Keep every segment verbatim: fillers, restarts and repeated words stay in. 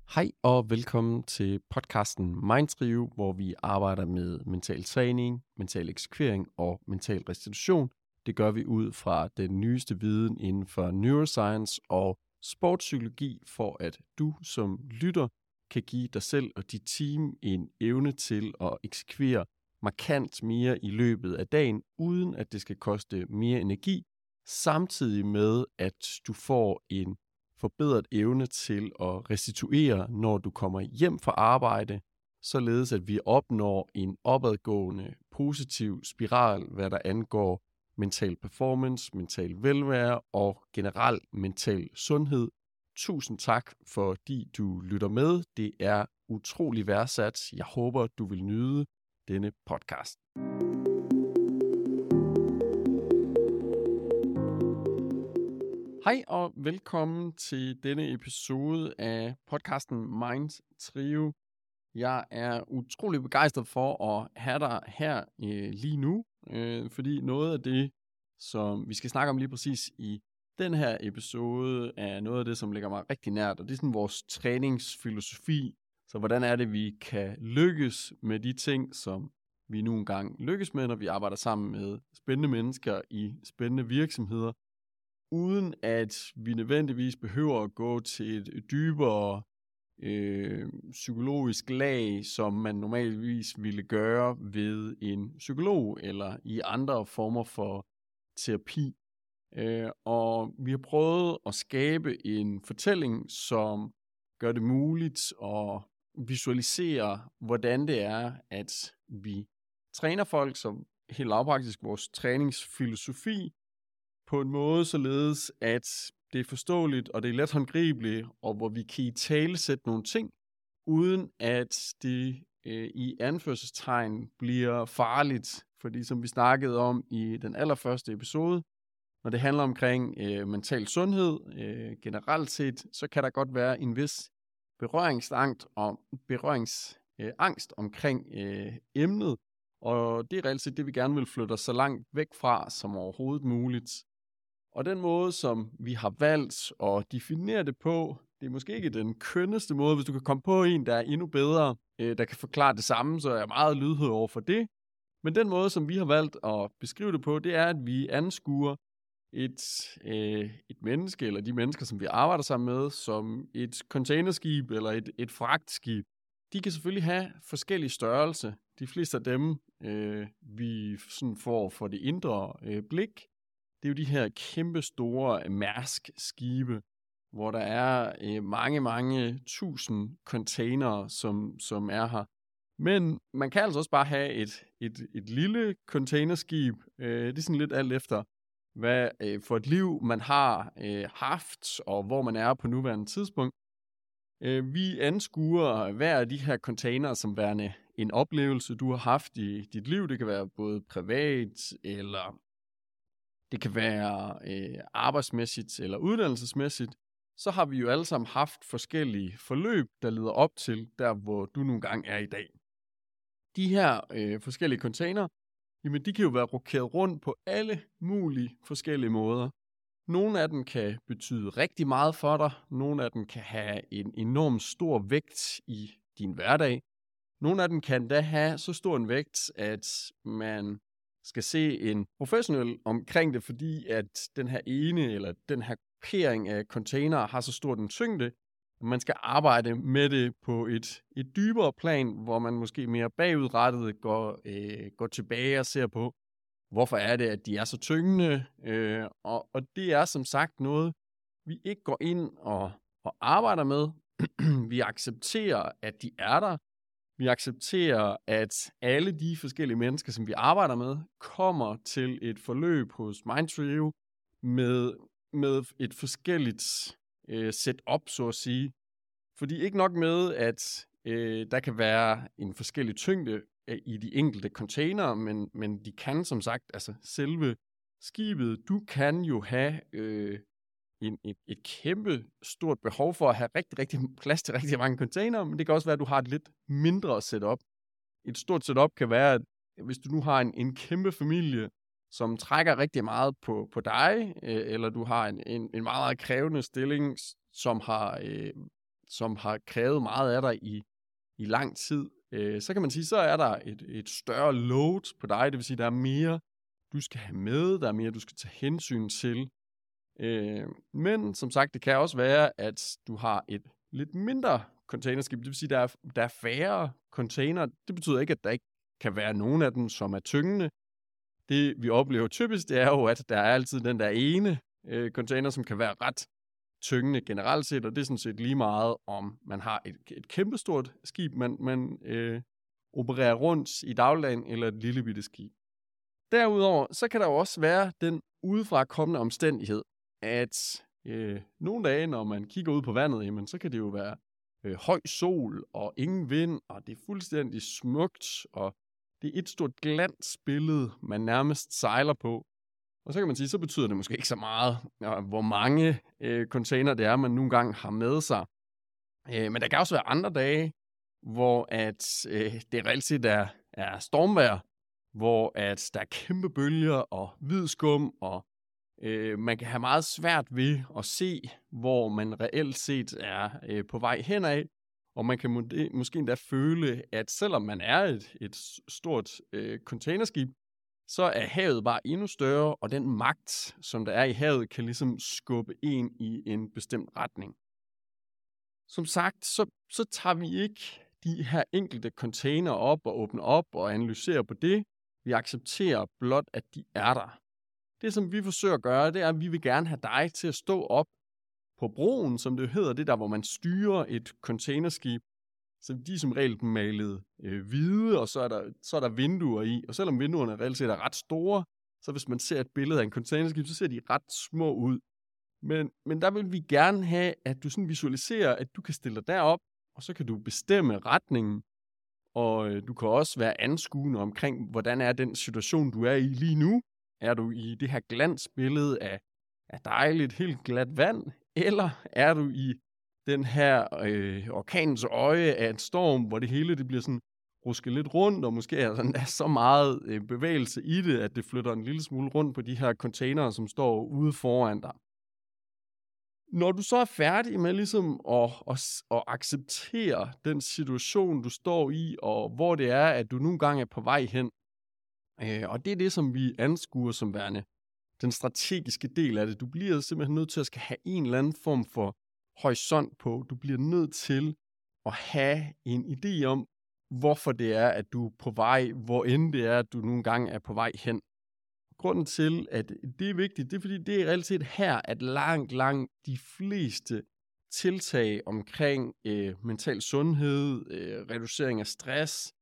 Hej og velkommen til podcasten Mindtrio, hvor vi arbejder med mental træning, mental eksekvering og mental restitution. Det gør vi ud fra den nyeste viden inden for neuroscience og sportspsykologi, for at du som lytter kan give dig selv og dit team en evne til at eksekvere markant mere i løbet af dagen, uden at det skal koste mere energi, samtidig med at du får en forbedret evne til at restituere, når du kommer hjem fra arbejde, således at vi opnår en opadgående positiv spiral, hvad der angår mental performance, mental velvære og generel mental sundhed. Tusind tak, fordi du lytter med. Det er utrolig værdsat. Jeg håber, du vil nyde denne podcast. Hej og velkommen til denne episode af podcasten Mindtrio. Jeg er utrolig begejstret for at have dig her øh, lige nu, øh, fordi noget af det, som vi skal snakke om lige præcis i den her episode, er noget af det, som ligger mig rigtig nært, og det er sådan vores træningsfilosofi. Så hvordan er det, vi kan lykkes med de ting, som vi nu engang lykkes med, når vi arbejder sammen med spændende mennesker i spændende virksomheder, uden at vi nødvendigvis behøver at gå til et dybere øh, psykologisk lag, som man normalvis ville gøre ved en psykolog eller i andre former for terapi. Øh, og vi har prøvet at skabe en fortælling, som gør det muligt at visualisere, hvordan det er, at vi træner folk, som helt lavpraktisk vores træningsfilosofi, på en måde således, at det er forståeligt, og det er let håndgribeligt, og hvor vi kan i tale sætte nogle ting, uden at det øh, i anførselstegn bliver farligt. Fordi som vi snakkede om i den allerførste episode, når det handler omkring øh, mental sundhed øh, generelt set, så kan der godt være en vis berøringsangst, om, berøringsangst øh, omkring øh, emnet, og det er reelt set det, vi gerne vil flytte os så langt væk fra som overhovedet muligt. Og den måde, som vi har valgt at definere det på, det er måske ikke den kønneste måde. Hvis du kan komme på en, der er endnu bedre, øh, der kan forklare det samme, så er jeg meget lydhør over for det. Men den måde, som vi har valgt at beskrive det på, det er, at vi anskuer et, øh, et menneske, eller de mennesker, som vi arbejder sammen med, som et containerskib eller et, et fragtskib. De kan selvfølgelig have forskellige størrelse. De fleste af dem, øh, vi sådan får for det indre øh, blik, det er jo de her kæmpe store Mærsk-skibe, hvor der er øh, mange, mange tusind containere, som, som er her. Men man kan altså også bare have et, et, et lille containerskib. Øh, det er sådan lidt alt efter, hvad øh, for et liv man har øh, haft, og hvor man er på nuværende tidspunkt. Øh, vi anskuer hver af de her containere som værende en oplevelse, du har haft i dit liv. Det kan være både privat, eller det kan være øh, arbejdsmæssigt eller uddannelsesmæssigt. Så har vi jo alle sammen haft forskellige forløb, der leder op til der, hvor du nogle gange er i dag. De her øh, forskellige container, jamen de kan jo være rokeret rundt på alle mulige forskellige måder. Nogle af dem kan betyde rigtig meget for dig. Nogle af dem kan have en enorm stor vægt i din hverdag. Nogle af dem kan da have så stor en vægt, at man skal se en professionel omkring det, fordi at den her ene eller den her gruppering af containere har så stor en tyngde, at man skal arbejde med det på et, et dybere plan, hvor man måske mere bagudrettet går, øh, går tilbage og ser på, hvorfor er det, at de er så tyngende, øh, og, og det er som sagt noget, vi ikke går ind og, og arbejder med. Vi accepterer, at de er der. Vi accepterer, at alle de forskellige mennesker, som vi arbejder med, kommer til et forløb hos Mindtrio med, med et forskelligt øh, setup, så at sige. Fordi ikke nok med, at øh, der kan være en forskellig tyngde i de enkelte containere, men, men de kan som sagt, altså selve skibet, du kan jo have øh, en, et, et kæmpe stort behov for at have rigtig, rigtig plads til rigtig mange containere, men det kan også være, at du har et lidt mindre setup. Et stort setup kan være, at hvis du nu har en, en kæmpe familie, som trækker rigtig meget på, på dig, øh, eller du har en, en, en meget krævende stilling, som har øh, som har krævet meget af dig i, i lang tid, øh, så kan man sige, så er der et, et større load på dig. Det vil sige, der er mere, du skal have med, der er mere, du skal tage hensyn til. Øh, men som sagt, det kan også være, at du har et lidt mindre containerskib. Det vil sige, der er, der er færre container. Det betyder ikke, at der ikke kan være nogen af dem, som er tyngende. Det vi oplever typisk, det er jo, at der er altid den der ene øh, container, som kan være ret tyngende generelt set, og det er sådan set lige meget, om man har et, et kæmpestort skib, man, man øh, opererer rundt i dagligdagen, eller et lille bitte skib. Derudover, så kan der jo også være den udefra kommende omstændighed, at øh, nogle dage, når man kigger ud på vandet, jamen, så kan det jo være øh, høj sol og ingen vind, og det er fuldstændig smukt, og det er et stort glansbillede, man nærmest sejler på. Og så kan man sige, så betyder det måske ikke så meget, hvor mange øh, container det er, man nogle gange har med sig. Øh, men der kan også være andre dage, hvor at, øh, det reelt set er, er stormvejr, hvor at der er kæmpe bølger og hvid skum, og øh, man kan have meget svært ved at se, hvor man reelt set er øh, på vej henad. Og man kan må- måske endda føle, at selvom man er et, et stort øh, containerskib, så er havet bare endnu større, og den magt, som der er i havet, kan ligesom skubbe en i en bestemt retning. Som sagt, så, så tager vi ikke de her enkelte container op og åbner op og analyserer på det. Vi accepterer blot, at de er der. Det, som vi forsøger at gøre, det er, at vi vil gerne have dig til at stå op på broen, som det hedder, det der, hvor man styrer et containerskib. Så de er som regel malet øh, hvide, og så er, der, så er der vinduer i. Og selvom vinduerne reelt set er ret store, så hvis man ser et billede af en containerskib, så ser de ret små ud. Men, men der vil vi gerne have, at du sådan visualiserer, at du kan stille dig derop, og så kan du bestemme retningen. Og øh, du kan også være anskuende omkring, hvordan er den situation, du er i lige nu. Er du i det her glansbillede af, af dejligt, helt glat vand, eller er du i den her øh, orkanens øje af en storm, hvor det hele det bliver sådan rusket lidt rundt, og måske er der så meget øh, bevægelse i det, at det flytter en lille smule rundt på de her containere, som står ude foran dig. Når du så er færdig med ligesom at, at, at acceptere den situation, du står i, og hvor det er, at du nogle gange er på vej hen, øh, og det er det, som vi anskuer som værende den strategiske del af det. Du bliver simpelthen nødt til at skal have en eller anden form for horisont på. Du bliver nødt til at have en idé om, hvorfor det er, at du er på vej, hvor end det er, at du nogle gange er på vej hen. Grunden til, at det er vigtigt, det er fordi, det er reelt her, at langt, langt de fleste tiltag omkring øh, mental sundhed, øh, reducering af stress,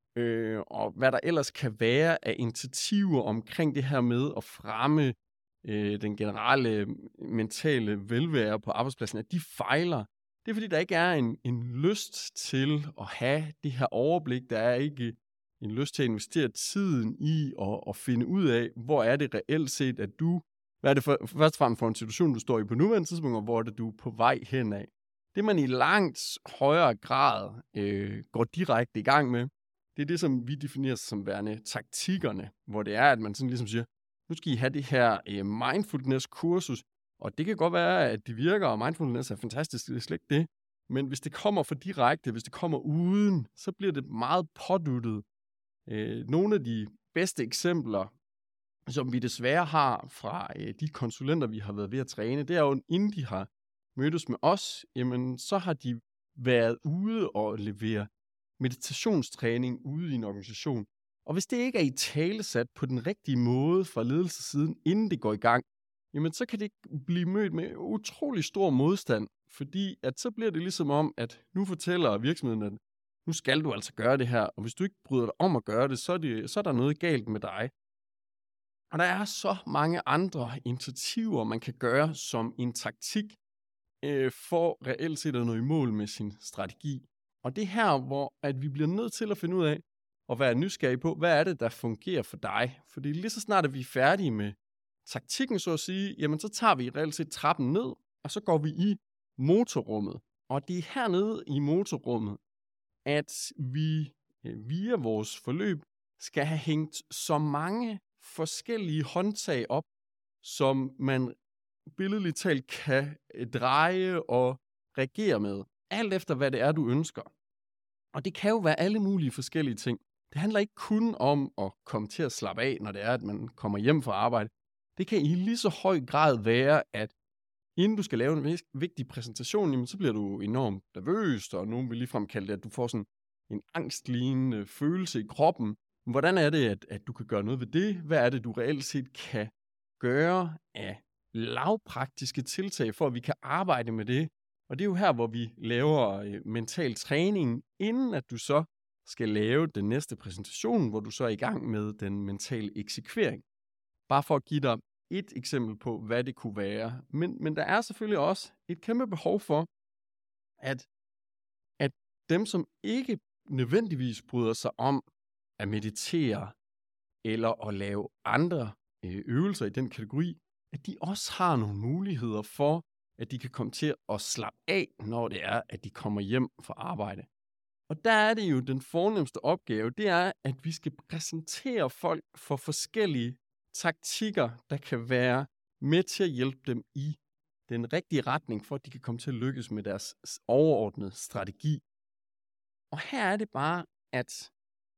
øh, og hvad der ellers kan være af initiativer omkring det her med at fremme øh, den generelle mentale velvære på arbejdspladsen, at de fejler. Det er fordi, der ikke er en, en lyst til at have det her overblik. Der er ikke en lyst til at investere tiden i at, at finde ud af, hvor er det reelt set, at du, hvad er det for, først og fremmest for en situation, du står i på nuværende tidspunkt, og hvor er det, du er på vej henad. Det man i langt højere grad øh, går direkte i gang med, det er det, som vi definerer som værende taktikkerne, hvor det er, at man sådan ligesom siger, nu skal I have det her øh, mindfulness-kursus, og det kan godt være, at det virker, og mindfulness er fantastisk, det er slet ikke det. Men hvis det kommer for direkte, hvis det kommer uden, så bliver det meget påduttet. Øh, nogle af de bedste eksempler, som vi desværre har fra øh, de konsulenter, vi har været ved at træne, det er jo, inden de har mødtes med os, jamen, så har de været ude og levere meditationstræning ude i en organisation. Og hvis det ikke er i talesat på den rigtige måde fra ledelsessiden, inden det går i gang, jamen så kan det blive mødt med utrolig stor modstand, fordi at så bliver det ligesom om, at nu fortæller virksomheden, at nu skal du altså gøre det her, og hvis du ikke bryder dig om at gøre det, så er, det, så er der noget galt med dig. Og der er så mange andre initiativer, man kan gøre som en taktik, øh, for reelt set at nå i mål med sin strategi. Og det er her, hvor at vi bliver nødt til at finde ud af, og være nysgerrige på, hvad er det, der fungerer for dig? Fordi lige så snart, at vi er færdige med taktikken, så at sige, jamen så tager vi reelt set trappen ned, og så går vi i motorrummet. Og det er hernede i motorrummet, at vi via vores forløb skal have hængt så mange forskellige håndtag op, som man billedligt talt kan dreje og reagere med. alt efter, hvad det er, du ønsker. Og det kan jo være alle mulige forskellige ting. Det handler ikke kun om at komme til at slappe af, når det er, at man kommer hjem fra arbejde. Det kan i lige så høj grad være, at inden du skal lave en vigtig præsentation, jamen, så bliver du enormt nervøs, og nogen vil ligefrem kalde det, at du får sådan en angstlignende følelse i kroppen. Hvordan er det, at, at du kan gøre noget ved det? Hvad er det, du reelt set kan gøre af lavpraktiske tiltag, for at vi kan arbejde med det? Og det er jo her, hvor vi laver øh, mental træning, inden at du så skal lave den næste præsentation, hvor du så er i gang med den mentale eksekvering. Bare for at give dig et eksempel på, hvad det kunne være. Men, men der er selvfølgelig også et kæmpe behov for, at, at dem, som ikke nødvendigvis bryder sig om at meditere eller at lave andre øh, øvelser i den kategori, at de også har nogle muligheder for, at de kan komme til at slappe af, når det er, at de kommer hjem fra arbejde. Og der er det jo den fornemmeste opgave, det er, at vi skal præsentere folk for forskellige taktikker, der kan være med til at hjælpe dem i den rigtige retning, for at de kan komme til at lykkes med deres overordnede strategi. Og her er det bare, at,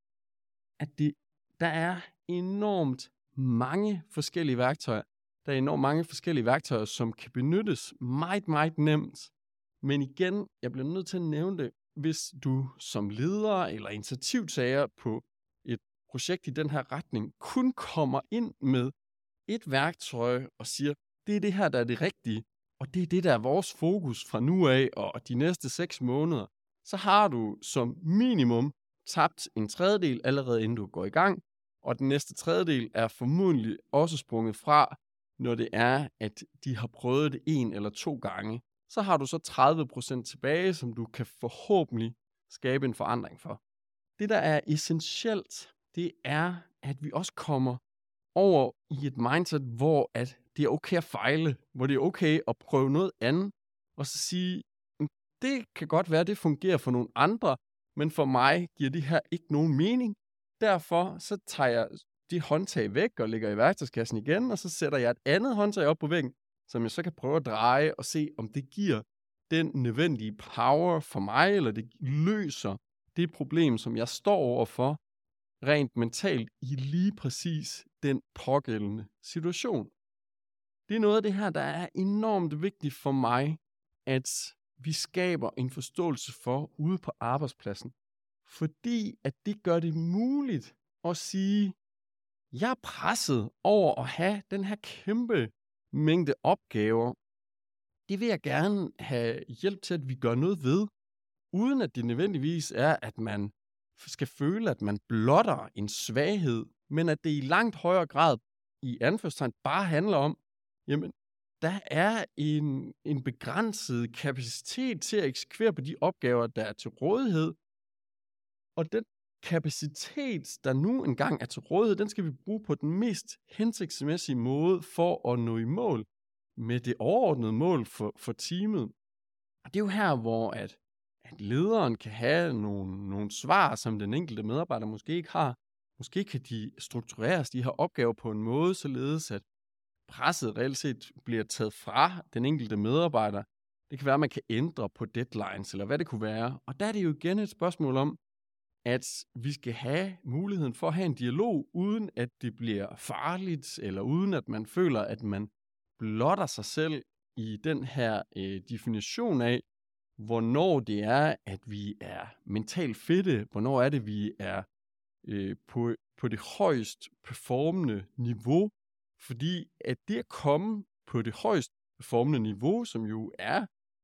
at det, der er enormt mange forskellige værktøjer. Der er enormt mange forskellige værktøjer, som kan benyttes meget, meget nemt. Men igen, jeg bliver nødt til at nævne det, hvis du som leder eller initiativtager på et projekt i den her retning kun kommer ind med et værktøj og siger, det er det her, der er det rigtige, og det er det, der er vores fokus fra nu af og de næste seks måneder, så har du som minimum tabt en tredjedel allerede inden du går i gang, og den næste tredjedel er formodentlig også sprunget fra, når det er, at de har prøvet det en eller to gange. Så har du så tredive procent tilbage, som du kan forhåbentlig skabe en forandring for. Det, der er essentielt, det er, at vi også kommer over i et mindset, hvor at det er okay at fejle, hvor det er okay at prøve noget andet, og så sige, det kan godt være, at det fungerer for nogle andre, men for mig giver det her ikke nogen mening. Derfor så tager jeg de håndtag væk og lægger i værktøjskassen igen, og så sætter jeg et andet håndtag op på væggen, som jeg så kan prøve at dreje og se, om det giver den nødvendige power for mig, eller det løser det problem, som jeg står overfor rent mentalt i lige præcis den pågældende situation. Det er noget af det her, der er enormt vigtigt for mig, at vi skaber en forståelse for ude på arbejdspladsen. Fordi at det gør det muligt at sige, jeg er presset over at have den her kæmpe mængde opgaver. Det vil jeg gerne have hjælp til, at vi gør noget ved, uden at det nødvendigvis er, at man skal føle, at man blotter en svaghed, men at det i langt højere grad i anførselstegn bare handler om, jamen, der er en, en begrænset kapacitet til at eksekvere på de opgaver, der er til rådighed, og den kapacitet, der nu engang er til rådighed, den skal vi bruge på den mest hensigtsmæssige måde for at nå i mål med det overordnede mål for, for teamet. Og det er jo her, hvor at, at lederen kan have nogle, nogle svar, som den enkelte medarbejder måske ikke har. Måske kan de struktureres, de her opgaver på en måde, således at presset reelt set bliver taget fra den enkelte medarbejder. Det kan være, at man kan ændre på deadlines, eller hvad det kunne være. Og der er det jo igen et spørgsmål om, at vi skal have muligheden for at have en dialog, uden at det bliver farligt, eller uden at man føler, at man blotter sig selv i den her øh, definition af, hvornår det er, at vi er mentalt fedte, hvornår er det, vi er øh, på, på det højst performende niveau, fordi at det at komme på det højst performende niveau, som jo er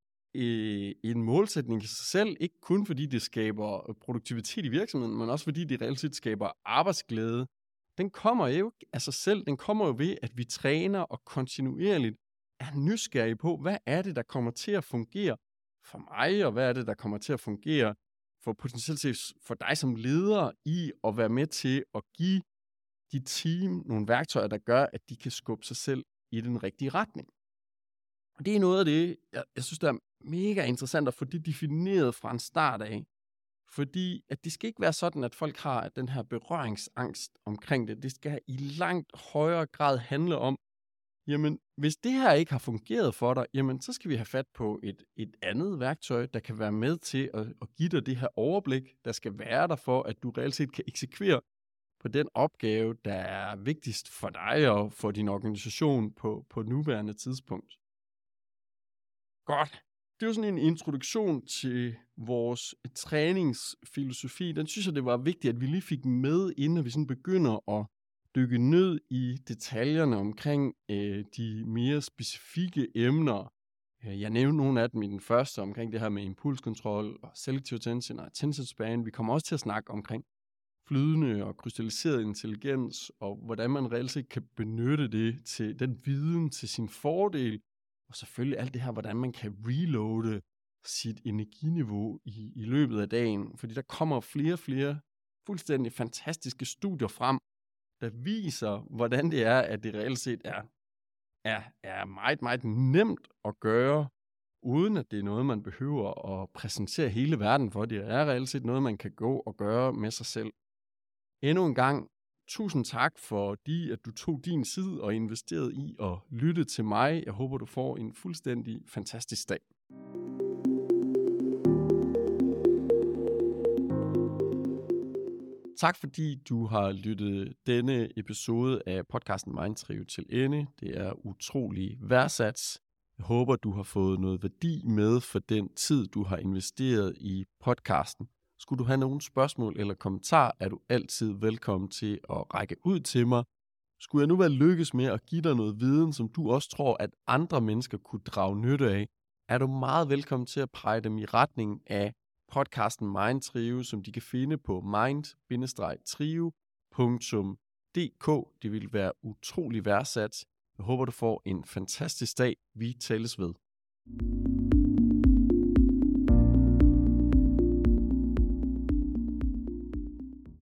øh, en målsætning i sig selv, ikke kun fordi det skaber produktivitet i virksomheden, men også fordi det reelt set skaber arbejdsglæde, den kommer jo af sig selv, den kommer jo ved, at vi træner og kontinuerligt er nysgerrige på, hvad er det, der kommer til at fungere for mig, og hvad er det, der kommer til at fungere for potentielt set for dig som leder i at være med til at give dit team nogle værktøjer, der gør, at de kan skubbe sig selv i den rigtige retning. Og det er noget af det, jeg, jeg synes, der er mega interessant at få det defineret fra en start af. Fordi at det skal ikke være sådan, at folk har den her berøringsangst omkring det. Det skal i langt højere grad handle om, Jamen, hvis det her ikke har fungeret for dig, jamen, så skal vi have fat på et, et andet værktøj, der kan være med til at, at give dig det her overblik, der skal være der for, at du reelt set kan eksekvere på den opgave, der er vigtigst for dig og for din organisation på, på nuværende tidspunkt. Godt. Det er jo sådan en introduktion til vores træningsfilosofi. Den synes jeg, det var vigtigt, at vi lige fik med, inden vi sådan begynder at dykke ned i detaljerne omkring øh, de mere specifikke emner. Jeg nævnte nogle af dem i den første omkring det her med impulskontrol og selective attention og attention span. Vi kommer også til at snakke omkring flydende og krystalliseret intelligens, og hvordan man reelt set kan benytte det til den viden til sin fordel. Og selvfølgelig alt det her, hvordan man kan reloade sit energiniveau i, i løbet af dagen. Fordi der kommer flere og flere fuldstændig fantastiske studier frem, der viser, hvordan det er, at det reelt set er, er, er meget, meget nemt at gøre, uden at det er noget, man behøver at præsentere hele verden for. Det er reelt set noget, man kan gå og gøre med sig selv. Endnu en gang, tusind tak, fordi at du tog din tid og investerede i at lytte til mig. Jeg håber, du får en fuldstændig fantastisk dag. Tak fordi du har lyttet denne episode af podcasten Mindtrive til ende. Det er utrolig værdsat. Jeg håber, du har fået noget værdi med for den tid, du har investeret i podcasten. Skulle du have nogle spørgsmål eller kommentarer, er du altid velkommen til at række ud til mig. Skulle jeg nu være lykkes med at give dig noget viden, som du også tror, at andre mennesker kunne drage nytte af, er du meget velkommen til at pege dem i retning af podcasten Mindtrive, som de kan finde på mind bindestreg trive punktum d k. Det vil være utrolig værdsat. Jeg håber, du får en fantastisk dag. Vi tales ved.